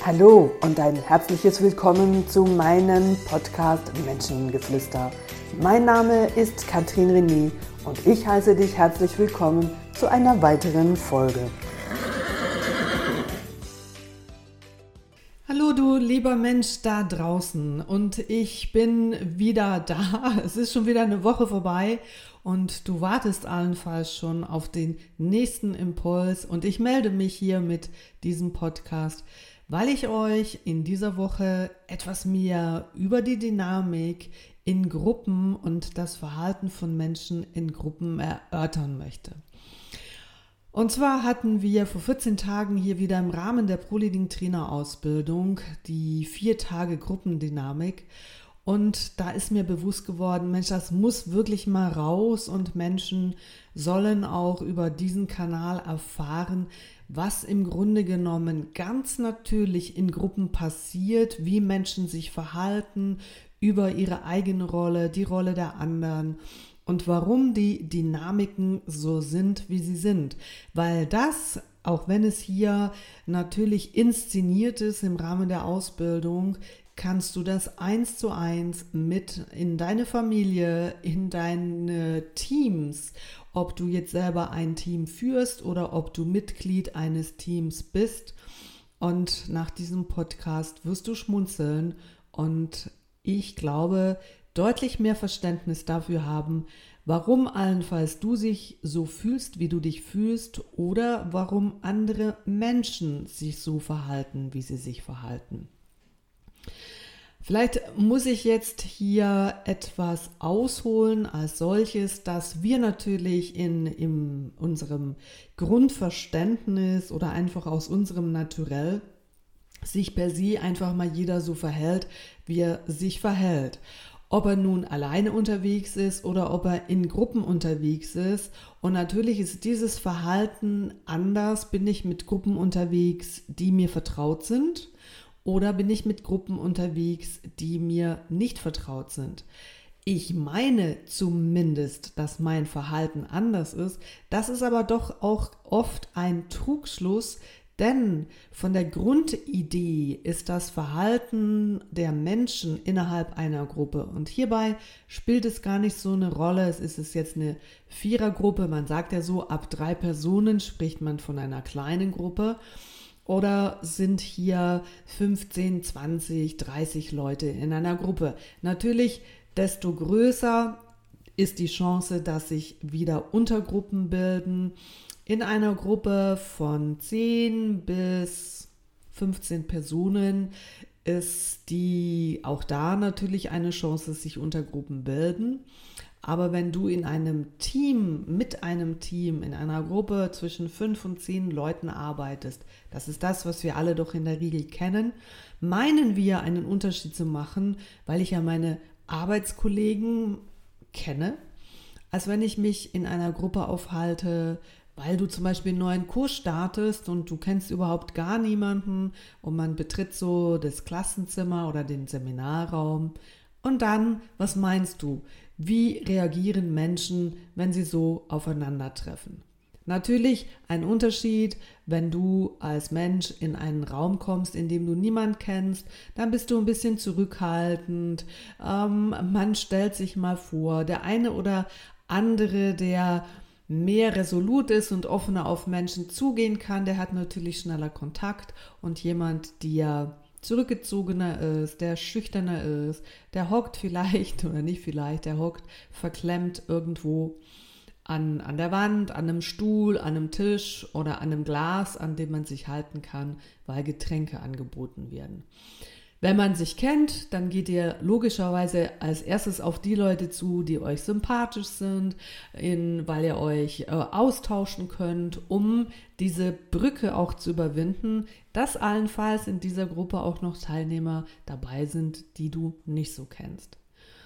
Hallo und ein herzliches Willkommen zu meinem Podcast Menschengeflüster. Mein Name ist Katrin René und ich heiße dich herzlich willkommen zu einer weiteren Folge. Hallo du lieber Mensch da draußen und ich bin wieder da. Es ist schon wieder eine Woche vorbei und du wartest allenfalls schon auf den nächsten Impuls und ich melde mich hier mit diesem Podcast, weil ich euch in dieser Woche etwas mehr über die Dynamik in Gruppen und das Verhalten von Menschen in Gruppen erörtern möchte. Und zwar hatten wir vor 14 Tagen hier wieder im Rahmen der ProLeading-Trainer-Ausbildung die 4 Tage Gruppendynamik. Und da ist mir bewusst geworden, Mensch, das muss wirklich mal raus und Menschen sollen auch über diesen Kanal erfahren, was im Grunde genommen ganz natürlich in Gruppen passiert, wie Menschen sich verhalten, über ihre eigene Rolle, die Rolle der anderen. Und warum die Dynamiken so sind, wie sie sind. Weil das, auch wenn es hier natürlich inszeniert ist im Rahmen der Ausbildung, kannst du das 1:1 mit in deine Familie, in deine Teams, ob du jetzt selber ein Team führst oder ob du Mitglied eines Teams bist. Und nach diesem Podcast wirst du schmunzeln und ich glaube, deutlich mehr Verständnis dafür haben, warum allenfalls du dich so fühlst, wie du dich fühlst oder warum andere Menschen sich so verhalten, wie sie sich verhalten. Vielleicht muss ich jetzt hier etwas ausholen als solches, dass wir natürlich in unserem Grundverständnis oder einfach aus unserem Naturell sich per se einfach mal jeder so verhält, wie er sich verhält. Ob er nun alleine unterwegs ist oder ob er in Gruppen unterwegs ist. Und natürlich ist dieses Verhalten anders. Bin ich mit Gruppen unterwegs, die mir vertraut sind? Oder bin ich mit Gruppen unterwegs, die mir nicht vertraut sind? Ich meine zumindest, dass mein Verhalten anders ist. Das ist aber doch auch oft ein Trugschluss, denn von der Grundidee ist das Verhalten der Menschen innerhalb einer Gruppe. Und hierbei spielt es gar nicht so eine Rolle. Es ist jetzt eine Vierergruppe. Man sagt ja so, ab 3 Personen spricht man von einer kleinen Gruppe. Oder sind hier 15, 20, 30 Leute in einer Gruppe. Natürlich, desto größer ist die Chance, dass sich wieder Untergruppen bilden. In einer Gruppe von 10 bis 15 Personen ist auch da natürlich eine Chance, dass sich Untergruppen bilden. Aber wenn du in einem Team, mit einem Team, in einer Gruppe zwischen 5 und 10 Leuten arbeitest, das ist das, was wir alle doch in der Regel kennen, meinen wir einen Unterschied zu machen, weil ich ja meine Arbeitskollegen kenne, als wenn ich mich in einer Gruppe aufhalte, weil du zum Beispiel einen neuen Kurs startest und du kennst überhaupt gar niemanden und man betritt so das Klassenzimmer oder den Seminarraum. Und dann, was meinst du? Wie reagieren Menschen, wenn sie so aufeinandertreffen? Natürlich ein Unterschied, wenn du als Mensch in einen Raum kommst, in dem du niemanden kennst, dann bist du ein bisschen zurückhaltend. Man stellt sich mal vor, der eine oder andere, der mehr resolut ist und offener auf Menschen zugehen kann, der hat natürlich schneller Kontakt und jemand, der zurückgezogener ist, der schüchterner ist, der hockt vielleicht oder nicht vielleicht, der hockt verklemmt irgendwo an der Wand, an einem Stuhl, an einem Tisch oder an einem Glas, an dem man sich halten kann, weil Getränke angeboten werden. Wenn man sich kennt, dann geht ihr logischerweise als erstes auf die Leute zu, die euch sympathisch sind, weil ihr euch austauschen könnt, um diese Brücke auch zu überwinden, dass allenfalls in dieser Gruppe auch noch Teilnehmer dabei sind, die du nicht so kennst.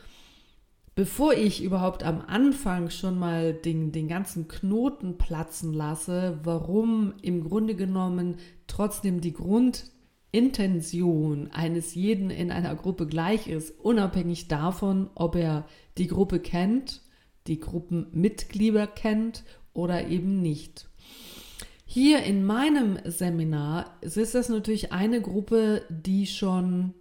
Bevor ich überhaupt am Anfang schon mal den ganzen Knoten platzen lasse, warum im Grunde genommen trotzdem die Grundintention eines jeden in einer Gruppe gleich ist, unabhängig davon, ob er die Gruppe kennt, die Gruppenmitglieder kennt oder eben nicht. Hier in meinem Seminar ist das natürlich eine Gruppe, die schon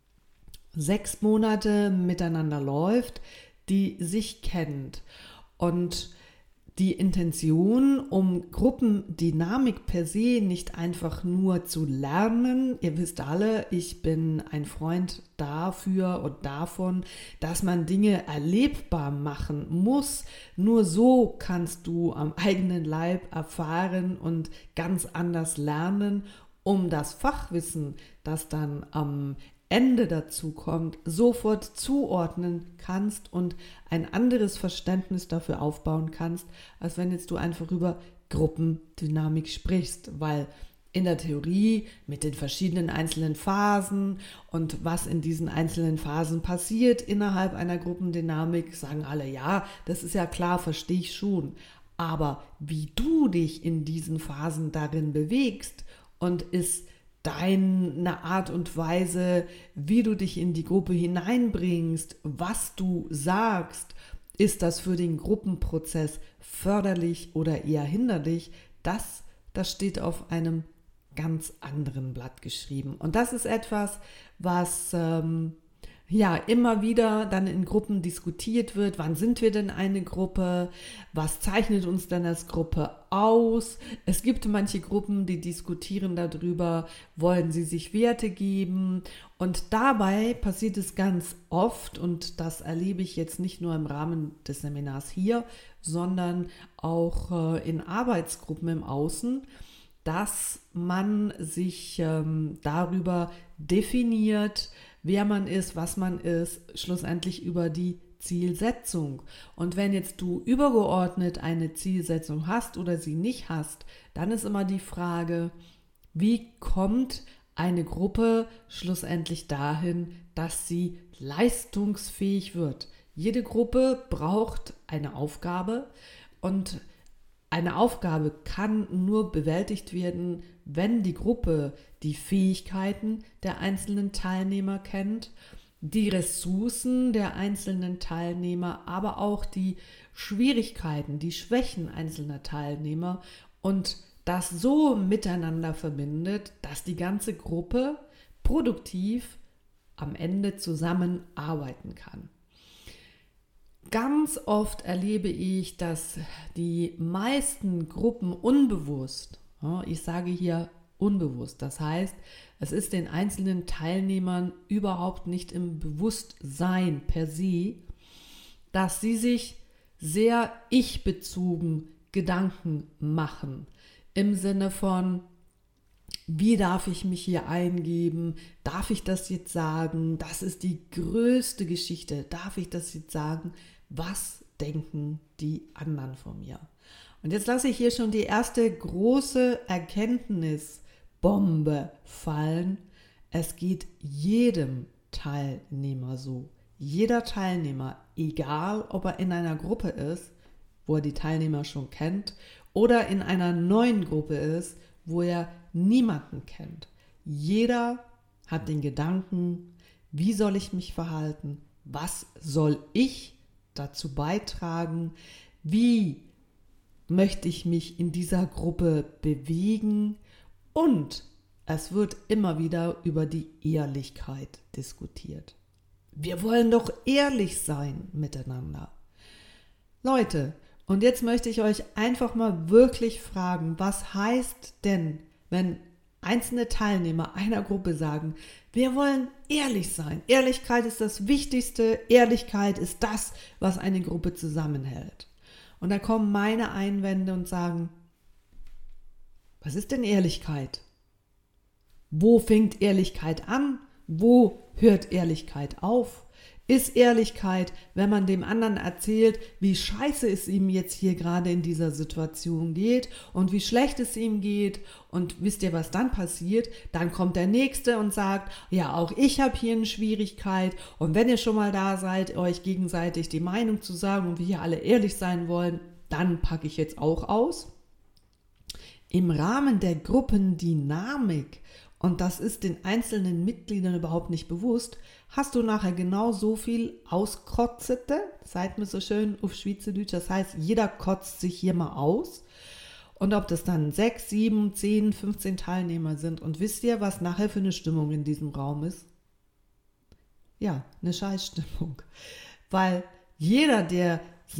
6 Monate miteinander läuft, die sich kennt. Und die Intention, um Gruppendynamik per se nicht einfach nur zu lernen, ihr wisst alle, ich bin ein Freund dafür und davon, dass man Dinge erlebbar machen muss. Nur so kannst du am eigenen Leib erfahren und ganz anders lernen, um das Fachwissen, das dann am Ende dazu kommt, sofort zuordnen kannst und ein anderes Verständnis dafür aufbauen kannst, als wenn jetzt du einfach über Gruppendynamik sprichst, weil in der Theorie mit den verschiedenen einzelnen Phasen und was in diesen einzelnen Phasen passiert innerhalb einer Gruppendynamik, sagen alle, ja, das ist ja klar, verstehe ich schon. Aber wie du dich in diesen Phasen darin bewegst und ist deine Art und Weise, wie du dich in die Gruppe hineinbringst, was du sagst, ist das für den Gruppenprozess förderlich oder eher hinderlich, das steht auf einem ganz anderen Blatt geschrieben. Und das ist etwas, was immer wieder dann in Gruppen diskutiert wird. Wann sind wir denn eine Gruppe? Was zeichnet uns denn als Gruppe aus? Es gibt manche Gruppen, die diskutieren darüber, wollen sie sich Werte geben? Und dabei passiert es ganz oft, und das erlebe ich jetzt nicht nur im Rahmen des Seminars hier, sondern auch in Arbeitsgruppen im Außen, dass man sich darüber definiert, wer man ist, was man ist, schlussendlich über die Zielsetzung. Und wenn jetzt du übergeordnet eine Zielsetzung hast oder sie nicht hast, dann ist immer die Frage, wie kommt eine Gruppe schlussendlich dahin, dass sie leistungsfähig wird. Jede Gruppe braucht eine Aufgabe und eine Aufgabe kann nur bewältigt werden, wenn die Gruppe die Fähigkeiten der einzelnen Teilnehmer kennt, die Ressourcen der einzelnen Teilnehmer, aber auch die Schwierigkeiten, die Schwächen einzelner Teilnehmer und das so miteinander verbindet, dass die ganze Gruppe produktiv am Ende zusammenarbeiten kann. Ganz oft erlebe ich, dass die meisten Gruppen unbewusst, ich sage hier unbewusst, das heißt, es ist den einzelnen Teilnehmern überhaupt nicht im Bewusstsein per se, dass sie sich sehr ich-bezogen Gedanken machen, im Sinne von, wie darf ich mich hier eingeben? Darf ich das jetzt sagen? Das ist die größte Geschichte. Darf ich das jetzt sagen? Was denken die anderen von mir? Und jetzt lasse ich hier schon die erste große Erkenntnisbombe fallen. Es geht jedem Teilnehmer so. Jeder Teilnehmer, egal ob er in einer Gruppe ist, wo er die Teilnehmer schon kennt, oder in einer neuen Gruppe ist, wo er niemanden kennt. Jeder hat den Gedanken, wie soll ich mich verhalten? Was soll ich dazu beitragen? Wie möchte ich mich in dieser Gruppe bewegen? Und es wird immer wieder über die Ehrlichkeit diskutiert. Wir wollen doch ehrlich sein miteinander. Leute, und jetzt möchte ich euch einfach mal wirklich fragen, was heißt denn, wenn einzelne Teilnehmer einer Gruppe sagen, wir wollen ehrlich sein. Ehrlichkeit ist das Wichtigste. Ehrlichkeit ist das, was eine Gruppe zusammenhält. Und da kommen meine Einwände und sagen, was ist denn Ehrlichkeit? Wo fängt Ehrlichkeit an? Wo hört Ehrlichkeit auf? Ist Ehrlichkeit, wenn man dem anderen erzählt, wie scheiße es ihm jetzt hier gerade in dieser Situation geht und wie schlecht es ihm geht, und wisst ihr, was dann passiert? Dann kommt der Nächste und sagt, ja, auch ich habe hier eine Schwierigkeit, und wenn ihr schon mal da seid, euch gegenseitig die Meinung zu sagen und wir hier alle ehrlich sein wollen, dann packe ich jetzt auch aus. Im Rahmen der Gruppendynamik, und das ist den einzelnen Mitgliedern überhaupt nicht bewusst, hast du nachher genau so viel Auskotzete, seid mir so schön auf Schweizerdeutsch, das heißt, jeder kotzt sich hier mal aus. Und ob das dann 6, 7, 10, 15 Teilnehmer sind. Und wisst ihr, was nachher für eine Stimmung in diesem Raum ist? Ja, eine Scheißstimmung. Weil jeder, der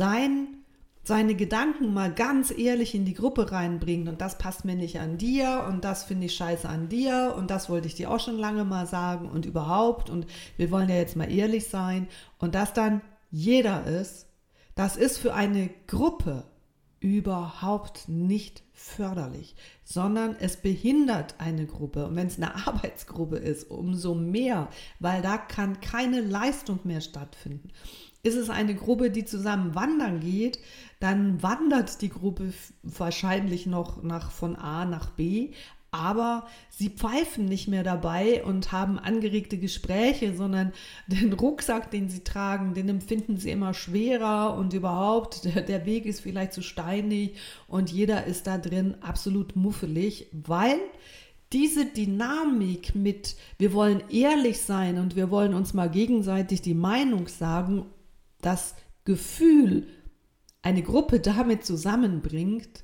seine Gedanken mal ganz ehrlich in die Gruppe reinbringt und das passt mir nicht an dir und das finde ich scheiße an dir und das wollte ich dir auch schon lange mal sagen und überhaupt und wir wollen ja jetzt mal ehrlich sein und das dann jeder ist, das ist für eine Gruppe überhaupt nicht förderlich, sondern es behindert eine Gruppe. Und wenn es eine Arbeitsgruppe ist, umso mehr, weil da kann keine Leistung mehr stattfinden. Ist es eine Gruppe, die zusammen wandern geht, dann wandert die Gruppe wahrscheinlich noch von A nach B, aber sie pfeifen nicht mehr dabei und haben angeregte Gespräche, sondern den Rucksack, den sie tragen, den empfinden sie immer schwerer und überhaupt, der Weg ist vielleicht zu steinig und jeder ist da drin absolut muffelig, weil diese Dynamik mit, wir wollen ehrlich sein und wir wollen uns mal gegenseitig die Meinung sagen, das Gefühl, eine Gruppe damit zusammenbringt,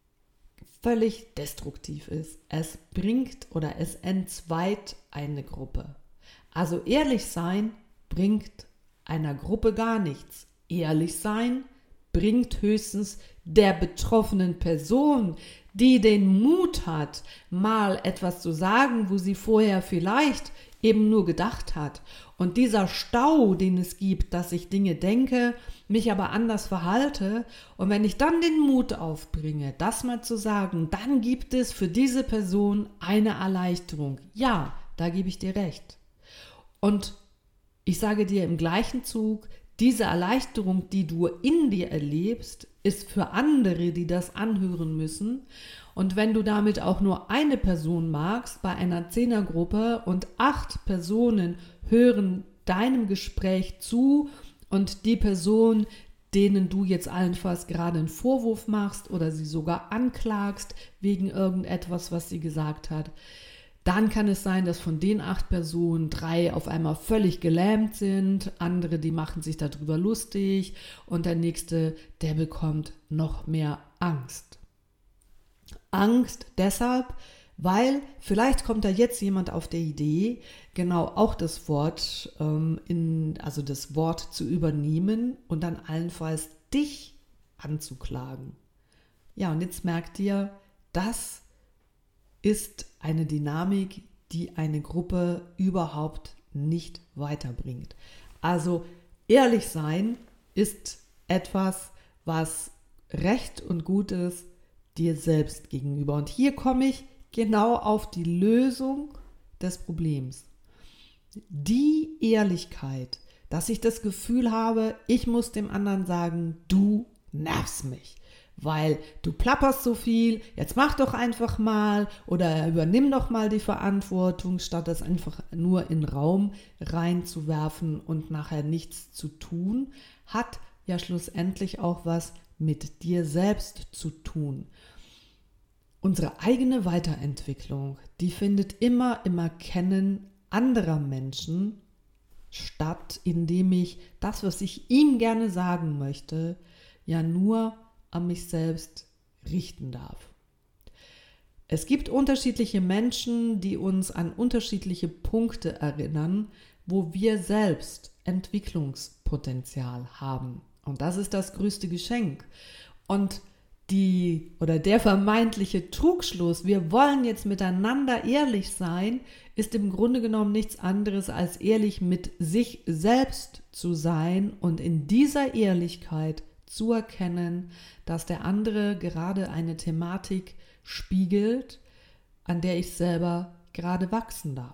völlig destruktiv ist. Es bringt oder es entzweit eine Gruppe. Also ehrlich sein bringt einer Gruppe gar nichts. Ehrlich sein bringt höchstens der betroffenen Person, die den Mut hat, mal etwas zu sagen, wo sie vorher vielleicht eben nur gedacht hat. Und dieser Stau, den es gibt, dass ich Dinge denke, mich aber anders verhalte und wenn ich dann den Mut aufbringe, das mal zu sagen, dann gibt es für diese Person eine Erleichterung. Ja, da gebe ich dir recht. Und ich sage dir im gleichen Zug, diese Erleichterung, die du in dir erlebst, ist für andere, die das anhören müssen. Und wenn du damit auch nur eine Person magst, bei einer Zehnergruppe und 8 Personen hören deinem Gespräch zu und die Person, denen du jetzt allenfalls gerade einen Vorwurf machst oder sie sogar anklagst wegen irgendetwas, was sie gesagt hat, dann kann es sein, dass von den 8 Personen 3 auf einmal völlig gelähmt sind, andere, die machen sich darüber lustig und der nächste, der bekommt noch mehr Angst. Angst deshalb, weil vielleicht kommt da jetzt jemand auf der Idee, genau auch das Wort, das Wort zu übernehmen und dann allenfalls dich anzuklagen. Ja, und jetzt merkt ihr, das ist eine Dynamik, die eine Gruppe überhaupt nicht weiterbringt. Also ehrlich sein ist etwas, was recht und gut ist dir selbst gegenüber. Und hier komme ich genau auf die Lösung des Problems. Die Ehrlichkeit, dass ich das Gefühl habe, ich muss dem anderen sagen, du nervst mich. Weil du plapperst so viel, jetzt mach doch einfach mal oder übernimm doch mal die Verantwortung, statt das einfach nur in den Raum reinzuwerfen und nachher nichts zu tun, hat ja schlussendlich auch was mit dir selbst zu tun. Unsere eigene Weiterentwicklung, die findet immer im Erkennen anderer Menschen statt, indem ich das, was ich ihm gerne sagen möchte, ja nur an mich selbst richten darf. Es gibt unterschiedliche Menschen, die uns an unterschiedliche Punkte erinnern, wo wir selbst Entwicklungspotenzial haben. Und das ist das größte Geschenk. Und der vermeintliche Trugschluss, wir wollen jetzt miteinander ehrlich sein, ist im Grunde genommen nichts anderes als ehrlich mit sich selbst zu sein und in dieser Ehrlichkeit zu erkennen, dass der andere gerade eine Thematik spiegelt, an der ich selber gerade wachsen darf.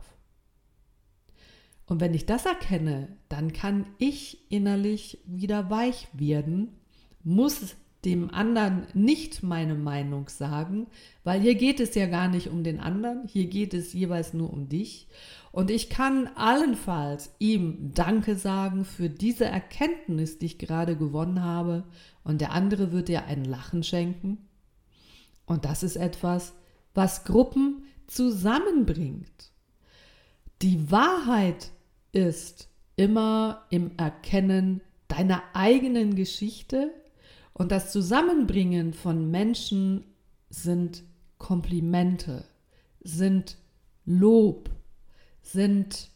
Und wenn ich das erkenne, dann kann ich innerlich wieder weich werden, muss dem anderen nicht meine Meinung sagen, weil hier geht es ja gar nicht um den anderen, hier geht es jeweils nur um dich. Und ich kann allenfalls ihm Danke sagen für diese Erkenntnis, die ich gerade gewonnen habe. Und der andere wird dir ein Lachen schenken. Und das ist etwas, was Gruppen zusammenbringt. Die Wahrheit ist immer im Erkennen deiner eigenen Geschichte und das Zusammenbringen von Menschen sind Komplimente, sind Lob, sind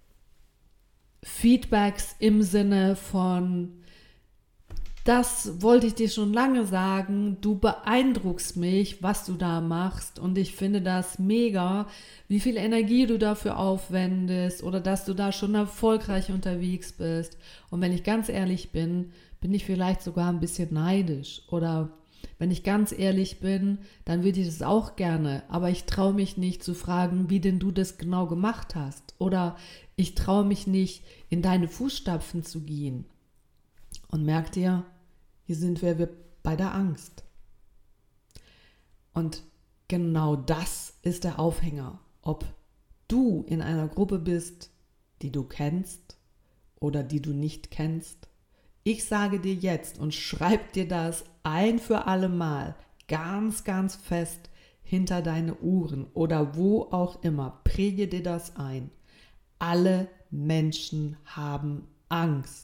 Feedbacks im Sinne von, das wollte ich dir schon lange sagen, du beeindruckst mich, was du da machst und ich finde das mega, wie viel Energie du dafür aufwendest oder dass du da schon erfolgreich unterwegs bist. Und wenn ich ganz ehrlich bin, bin ich vielleicht sogar ein bisschen neidisch oder wenn ich ganz ehrlich bin, dann würde ich das auch gerne, aber ich traue mich nicht zu fragen, wie denn du das genau gemacht hast oder ich traue mich nicht, in deine Fußstapfen zu gehen. Und merkt ihr, hier sind wir bei der Angst. Und genau das ist der Aufhänger, ob du in einer Gruppe bist, die du kennst oder die du nicht kennst. Ich sage dir jetzt und schreib dir das ein für alle Mal ganz, ganz fest hinter deine Ohren oder wo auch immer. Präge dir das ein. Alle Menschen haben Angst.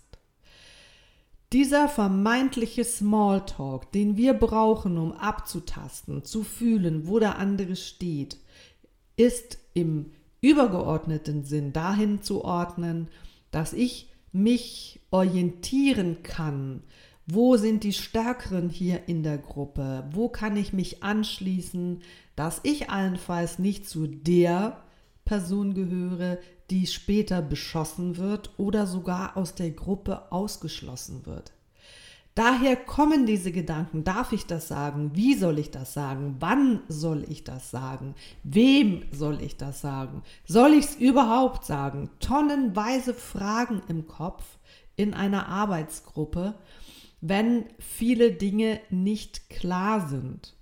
Dieser vermeintliche Smalltalk, den wir brauchen, um abzutasten, zu fühlen, wo der andere steht, ist im übergeordneten Sinn dahin zu ordnen, dass ich mich orientieren kann. Wo sind die Stärkeren hier in der Gruppe? Wo kann ich mich anschließen, dass ich allenfalls nicht zu der Person gehöre, die später beschossen wird oder sogar aus der Gruppe ausgeschlossen wird. Daher kommen diese Gedanken, darf ich das sagen, wie soll ich das sagen, wann soll ich das sagen, wem soll ich das sagen, soll ich es überhaupt sagen, tonnenweise Fragen im Kopf in einer Arbeitsgruppe, wenn viele Dinge nicht klar sind.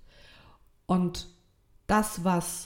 Und das, was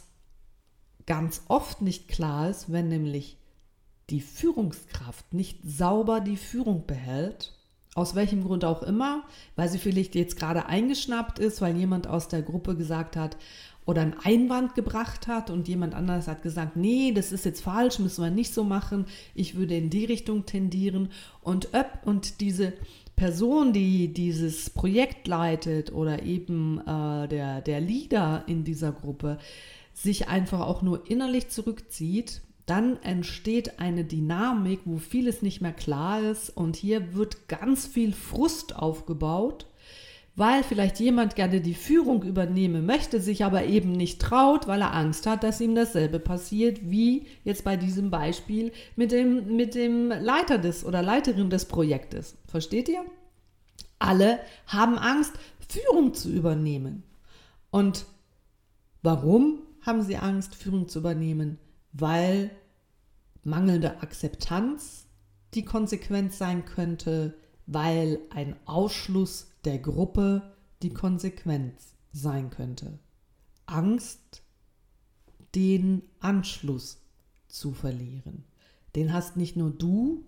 ganz oft nicht klar ist, wenn nämlich die Führungskraft nicht sauber die Führung behält, aus welchem Grund auch immer, weil sie vielleicht jetzt gerade eingeschnappt ist, weil jemand aus der Gruppe gesagt hat oder einen Einwand gebracht hat und jemand anderes hat gesagt, nee, das ist jetzt falsch, müssen wir nicht so machen, ich würde in die Richtung tendieren und diese Person, die dieses Projekt leitet oder eben der Leader in dieser Gruppe, sich einfach auch nur innerlich zurückzieht, dann entsteht eine Dynamik, wo vieles nicht mehr klar ist und hier wird ganz viel Frust aufgebaut, weil vielleicht jemand gerne die Führung übernehmen möchte, sich aber eben nicht traut, weil er Angst hat, dass ihm dasselbe passiert, wie jetzt bei diesem Beispiel mit dem Leiter oder Leiterin des Projektes. Versteht ihr? Alle haben Angst, Führung zu übernehmen. Und warum haben sie Angst, Führung zu übernehmen? Weil mangelnde Akzeptanz die Konsequenz sein könnte, weil ein Ausschluss der Gruppe die Konsequenz sein könnte. Angst, den Anschluss zu verlieren. Den hast nicht nur du,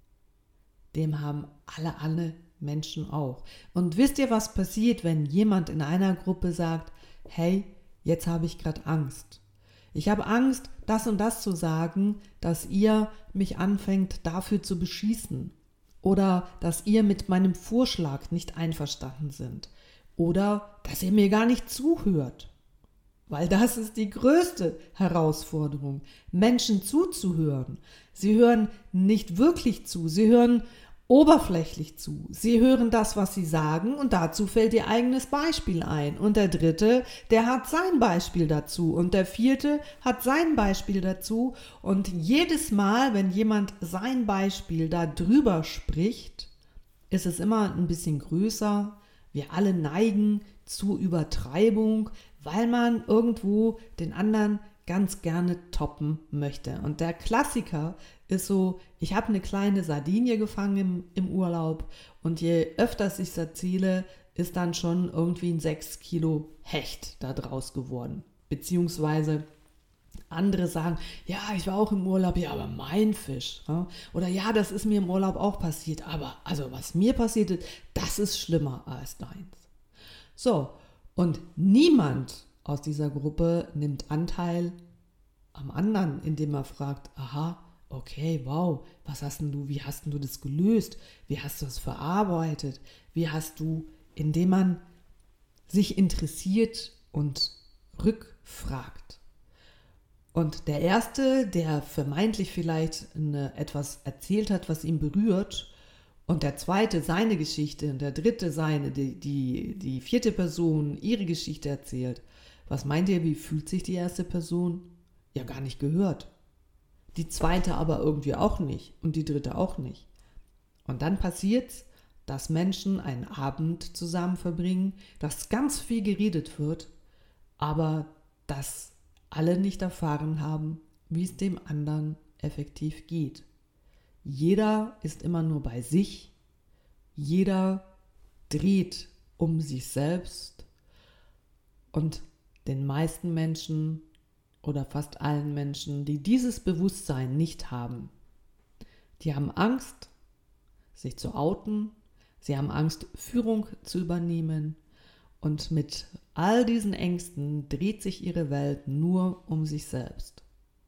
den haben alle Menschen auch. Und wisst ihr, was passiert, wenn jemand in einer Gruppe sagt, hey, jetzt habe ich gerade Angst. Ich habe Angst, das und das zu sagen, dass ihr mich anfängt, dafür zu beschießen. Oder dass ihr mit meinem Vorschlag nicht einverstanden sind. Oder dass ihr mir gar nicht zuhört. Weil das ist die größte Herausforderung, Menschen zuzuhören. Sie hören nicht wirklich zu, sie hören oberflächlich zu. Sie hören das, was sie sagen und dazu fällt ihr eigenes Beispiel ein. Und der dritte, der hat sein Beispiel dazu und der vierte hat sein Beispiel dazu. Und jedes Mal, wenn jemand sein Beispiel da drüber spricht, ist es immer ein bisschen größer. Wir alle neigen zur Übertreibung, weil man irgendwo den anderen ganz gerne toppen möchte. Und der Klassiker ist so, ich habe eine kleine Sardinie gefangen im Urlaub und je öfter ich es erzähle, ist dann schon irgendwie ein 6 Kilo Hecht da draus geworden. Beziehungsweise andere sagen, ja, ich war auch im Urlaub, ja, aber mein Fisch. Ja? Oder ja, das ist mir im Urlaub auch passiert, aber also was mir passiert ist, das ist schlimmer als deins. So, und niemand aus dieser Gruppe nimmt Anteil am anderen, indem er fragt, aha, okay, wow, wie hast du das gelöst? Wie hast du es verarbeitet? Indem man sich interessiert und rückfragt. Und der Erste, der vermeintlich vielleicht etwas erzählt hat, was ihn berührt, und der Zweite seine Geschichte und der Dritte seine, die vierte Person ihre Geschichte erzählt, was meint ihr, wie fühlt sich die erste Person? Ja, gar nicht gehört. Die zweite aber irgendwie auch nicht und die dritte auch nicht. Und dann passiert's, dass Menschen einen Abend zusammen verbringen, dass ganz viel geredet wird, aber dass alle nicht erfahren haben, wie es dem anderen effektiv geht. Jeder ist immer nur bei sich, jeder dreht um sich selbst und den meisten Menschen oder fast allen Menschen, die dieses Bewusstsein nicht haben, die haben Angst, sich zu outen, sie haben Angst, Führung zu übernehmen und mit all diesen Ängsten dreht sich ihre Welt nur um sich selbst.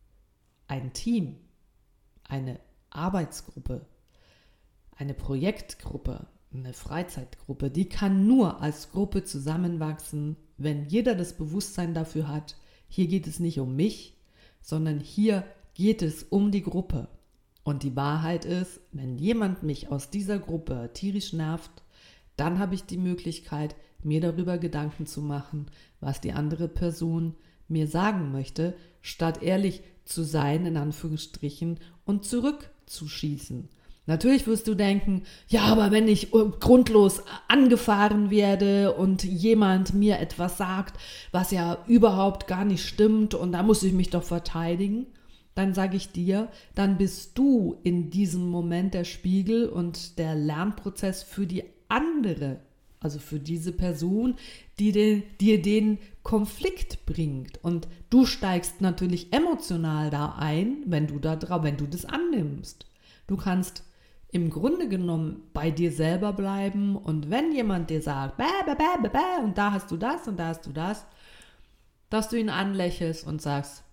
Ein Team, eine Arbeitsgruppe, eine Projektgruppe, eine Freizeitgruppe, die kann nur als Gruppe zusammenwachsen, wenn jeder das Bewusstsein dafür hat, hier geht es nicht um mich, sondern hier geht es um die Gruppe. Und die Wahrheit ist, wenn jemand mich aus dieser Gruppe tierisch nervt, dann habe ich die Möglichkeit, mir darüber Gedanken zu machen, was die andere Person mir sagen möchte, statt ehrlich zu sein, in Anführungsstrichen, und zurückzuschießen. Natürlich wirst du denken, ja, aber wenn ich grundlos angefahren werde und jemand mir etwas sagt, was ja überhaupt gar nicht stimmt und da muss ich mich doch verteidigen, dann sage ich dir, dann bist du in diesem Moment der Spiegel und der Lernprozess für die andere, also für diese Person, die dir den Konflikt bringt. Und du steigst natürlich emotional da ein, wenn du das annimmst. Du kannst im Grunde genommen bei dir selber bleiben und wenn jemand dir sagt, bäh, bäh, bäh, bäh, bäh, und da hast du das und da hast du das, dass du ihn anlächelst und sagst,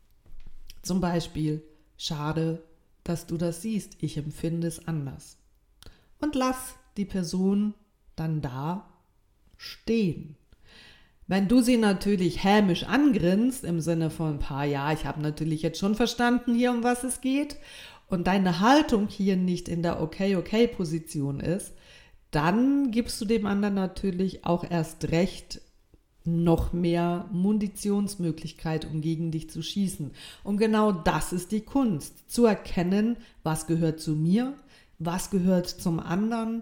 zum Beispiel, schade, dass du das siehst, ich empfinde es anders. Und lass die Person dann da stehen. Wenn du sie natürlich hämisch angrinst, im Sinne von, ja, ich habe natürlich jetzt schon verstanden hier, um was es geht, und deine Haltung hier nicht in der Okay-Position ist, dann gibst du dem anderen natürlich auch erst recht noch mehr Munitionsmöglichkeit, um gegen dich zu schießen. Und genau das ist die Kunst, zu erkennen, was gehört zu mir, was gehört zum anderen,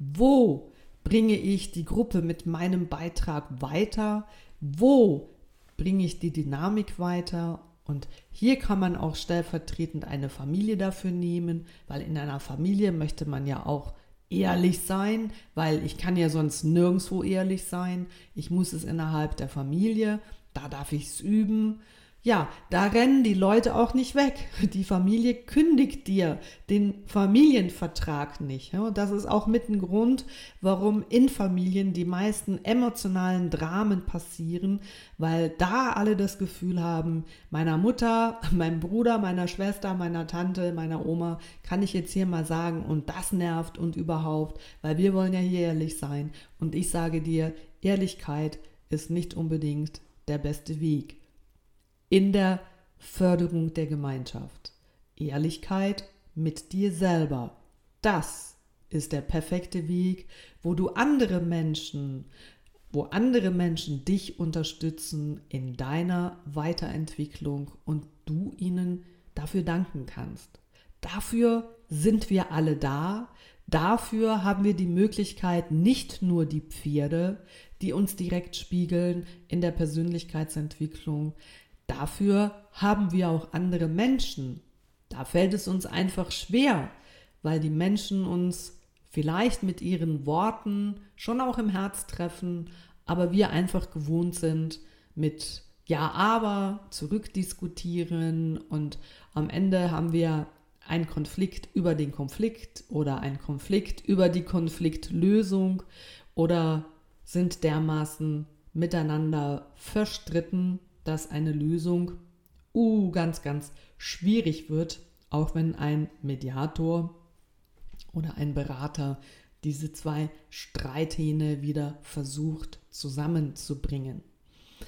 wo bringe ich die Gruppe mit meinem Beitrag weiter, wo bringe ich die Dynamik weiter. Und hier kann man auch stellvertretend eine Familie dafür nehmen, weil in einer Familie möchte man ja auch ehrlich sein, weil ich kann ja sonst nirgendwo ehrlich sein. Ich muss es innerhalb der Familie, da darf ich es üben. Ja, da rennen die Leute auch nicht weg. Die Familie kündigt dir den Familienvertrag nicht. Ja, das ist auch mit ein Grund, warum in Familien die meisten emotionalen Dramen passieren, weil da alle das Gefühl haben, meiner Mutter, meinem Bruder, meiner Schwester, meiner Tante, meiner Oma kann ich jetzt hier mal sagen und das nervt und überhaupt, weil wir wollen ja hier ehrlich sein. Und ich sage dir, Ehrlichkeit ist nicht unbedingt der beste Weg in der Förderung der Gemeinschaft. Ehrlichkeit mit dir selber, das ist der perfekte Weg, wo andere Menschen dich unterstützen in deiner Weiterentwicklung und du ihnen dafür danken kannst. Dafür sind wir alle da. Dafür haben wir die Möglichkeit, nicht nur die Pferde, die uns direkt spiegeln in der Persönlichkeitsentwicklung. Dafür haben wir auch andere Menschen. Da fällt es uns einfach schwer, weil die Menschen uns vielleicht mit ihren Worten schon auch im Herz treffen, aber wir einfach gewohnt sind mit Ja, aber zurückdiskutieren und am Ende haben wir einen Konflikt über den Konflikt oder einen Konflikt über die Konfliktlösung oder sind dermaßen miteinander verstritten, dass eine Lösung ganz, ganz schwierig wird, auch wenn ein Mediator oder ein Berater diese zwei Streithähne wieder versucht zusammenzubringen.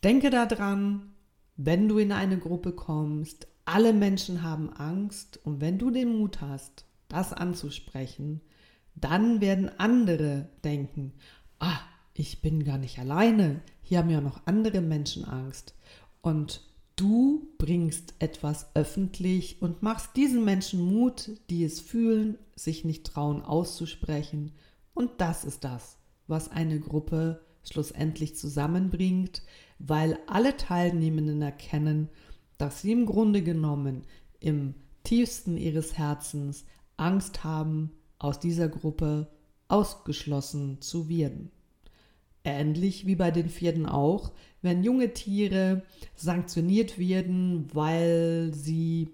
Denke daran, wenn du in eine Gruppe kommst, alle Menschen haben Angst und wenn du den Mut hast, das anzusprechen, dann werden andere denken, ich bin gar nicht alleine, hier haben ja noch andere Menschen Angst. Und du bringst etwas öffentlich und machst diesen Menschen Mut, die es fühlen, sich nicht trauen auszusprechen. Und das ist das, was eine Gruppe schlussendlich zusammenbringt, weil alle Teilnehmenden erkennen, dass sie im Grunde genommen im tiefsten ihres Herzens Angst haben, aus dieser Gruppe ausgeschlossen zu werden. Ähnlich wie bei den Pferden auch, wenn junge Tiere sanktioniert werden, weil sie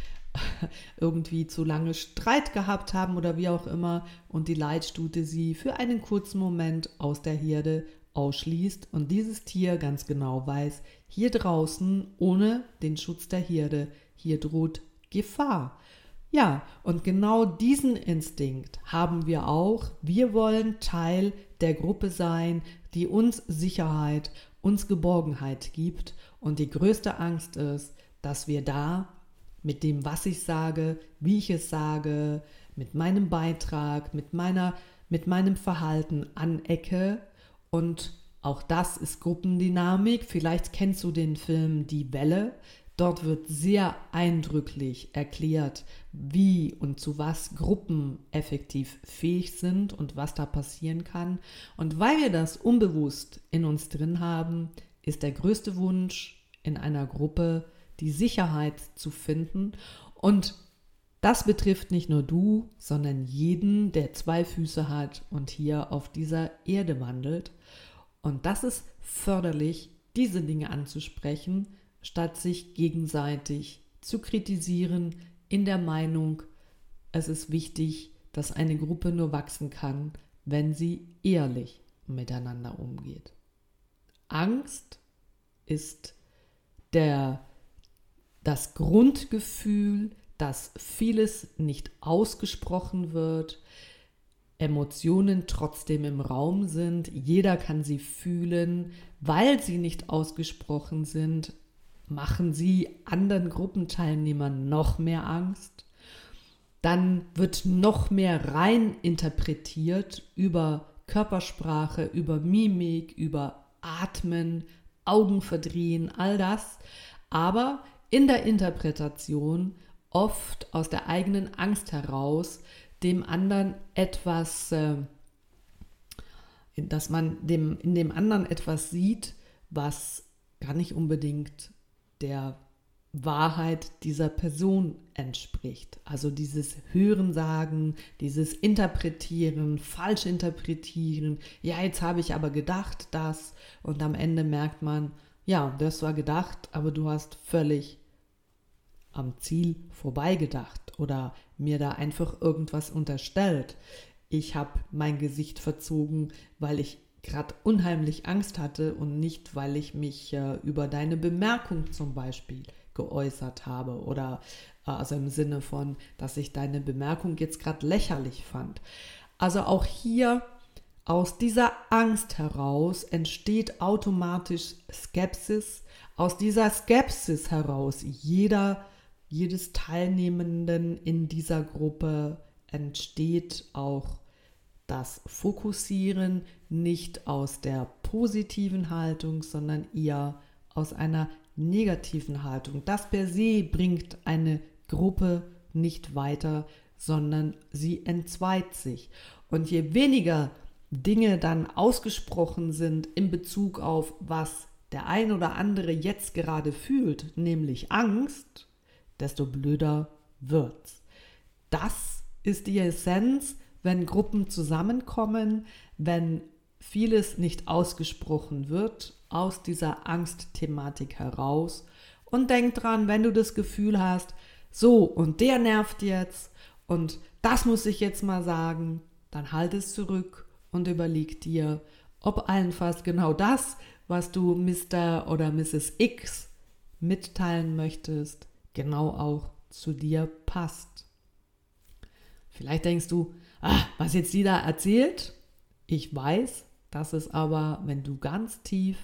irgendwie zu lange Streit gehabt haben oder wie auch immer und die Leitstute sie für einen kurzen Moment aus der Herde ausschließt und dieses Tier ganz genau weiß, hier draußen ohne den Schutz der Herde, hier droht Gefahr. Ja, und genau diesen Instinkt haben wir auch. Wir wollen Teil der Gruppe sein, die uns Sicherheit, uns Geborgenheit gibt. Und die größte Angst ist, dass wir da mit dem, was ich sage, wie ich es sage, mit meinem Beitrag, mit meinem Verhalten anecke. Und auch das ist Gruppendynamik. Vielleicht kennst du den Film Die Welle. Dort wird sehr eindrücklich erklärt, wie und zu was Gruppen effektiv fähig sind und was da passieren kann. Und weil wir das unbewusst in uns drin haben, ist der größte Wunsch in einer Gruppe, die Sicherheit zu finden. Und das betrifft nicht nur du, sondern jeden, der 2 Füße hat und hier auf dieser Erde wandelt. Und das ist förderlich, diese Dinge anzusprechen, statt sich gegenseitig zu kritisieren in der Meinung, es ist wichtig, dass eine Gruppe nur wachsen kann, wenn sie ehrlich miteinander umgeht. Angst ist das Grundgefühl, dass vieles nicht ausgesprochen wird, Emotionen trotzdem im Raum sind, jeder kann sie fühlen, weil sie nicht ausgesprochen sind, machen sie anderen Gruppenteilnehmern noch mehr Angst. Dann wird noch mehr rein interpretiert über Körpersprache, über Mimik, über Atmen, Augen verdrehen, all das. Aber in der Interpretation oft aus der eigenen Angst heraus, dem anderen etwas, dass man in dem anderen etwas sieht, was gar nicht unbedingt der Wahrheit dieser Person entspricht. Also dieses Hörensagen, dieses Interpretieren, falsch interpretieren. Ja, jetzt habe ich aber gedacht das und am Ende merkt man, ja, das war gedacht, aber du hast völlig am Ziel vorbeigedacht oder mir da einfach irgendwas unterstellt. Ich habe mein Gesicht verzogen, weil ich gerade unheimlich Angst hatte und nicht, weil ich mich über deine Bemerkung zum Beispiel geäußert habe oder also im Sinne von, dass ich deine Bemerkung jetzt gerade lächerlich fand. Also auch hier aus dieser Angst heraus entsteht automatisch Skepsis. Aus dieser Skepsis heraus jedes Teilnehmenden in dieser Gruppe entsteht auch das Fokussieren nicht aus der positiven Haltung, sondern eher aus einer negativen Haltung. Das per se bringt eine Gruppe nicht weiter, sondern sie entzweit sich. Und je weniger Dinge dann ausgesprochen sind in Bezug auf, was der ein oder andere jetzt gerade fühlt, nämlich Angst, desto blöder wird's. Das ist die Essenz, wenn Gruppen zusammenkommen, wenn vieles nicht ausgesprochen wird, aus dieser Angstthematik heraus. Und denk dran, wenn du das Gefühl hast, so und der nervt jetzt und das muss ich jetzt mal sagen, dann halt es zurück und überleg dir, ob allenfalls genau das, was du Mr. oder Mrs. X mitteilen möchtest, genau auch zu dir passt. Vielleicht denkst du, was jetzt die da erzählt? Ich weiß, dass es aber, wenn du ganz tief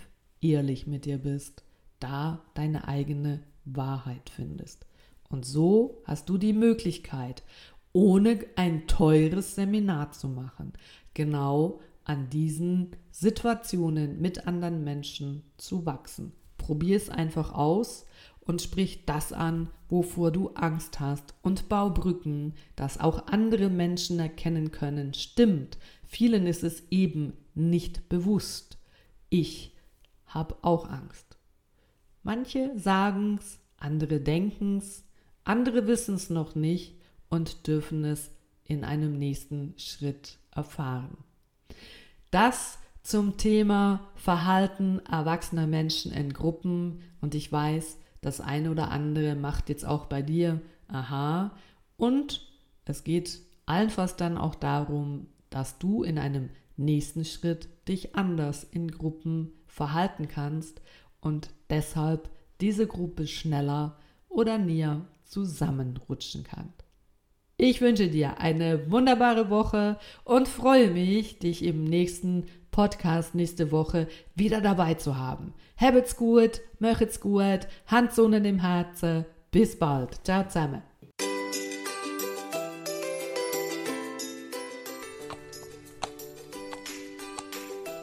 ehrlich mit dir bist, da deine eigene Wahrheit findest. Und so hast du die Möglichkeit, ohne ein teures Seminar zu machen, genau an diesen Situationen mit anderen Menschen zu wachsen. Probier es einfach aus und sprich das an, wovor du Angst hast, und bau Brücken, dass auch andere Menschen erkennen können, stimmt, vielen ist es eben nicht bewusst. Ich habe auch Angst. Manche sagen es, andere denken es, andere wissen es noch nicht und dürfen es in einem nächsten Schritt erfahren. Das zum Thema Verhalten erwachsener Menschen in Gruppen, und ich weiß, das eine oder andere macht jetzt auch bei dir aha, und es geht allenfalls dann auch darum, dass du in einem nächsten Schritt dich anders in Gruppen verhalten kannst und deshalb diese Gruppe schneller oder näher zusammenrutschen kann. Ich wünsche dir eine wunderbare Woche und freue mich, dich im nächsten Podcast nächste Woche wieder dabei zu haben. Habt's gut, möcht's gut, Hand so in dem Herzen. Bis bald. Ciao zusammen.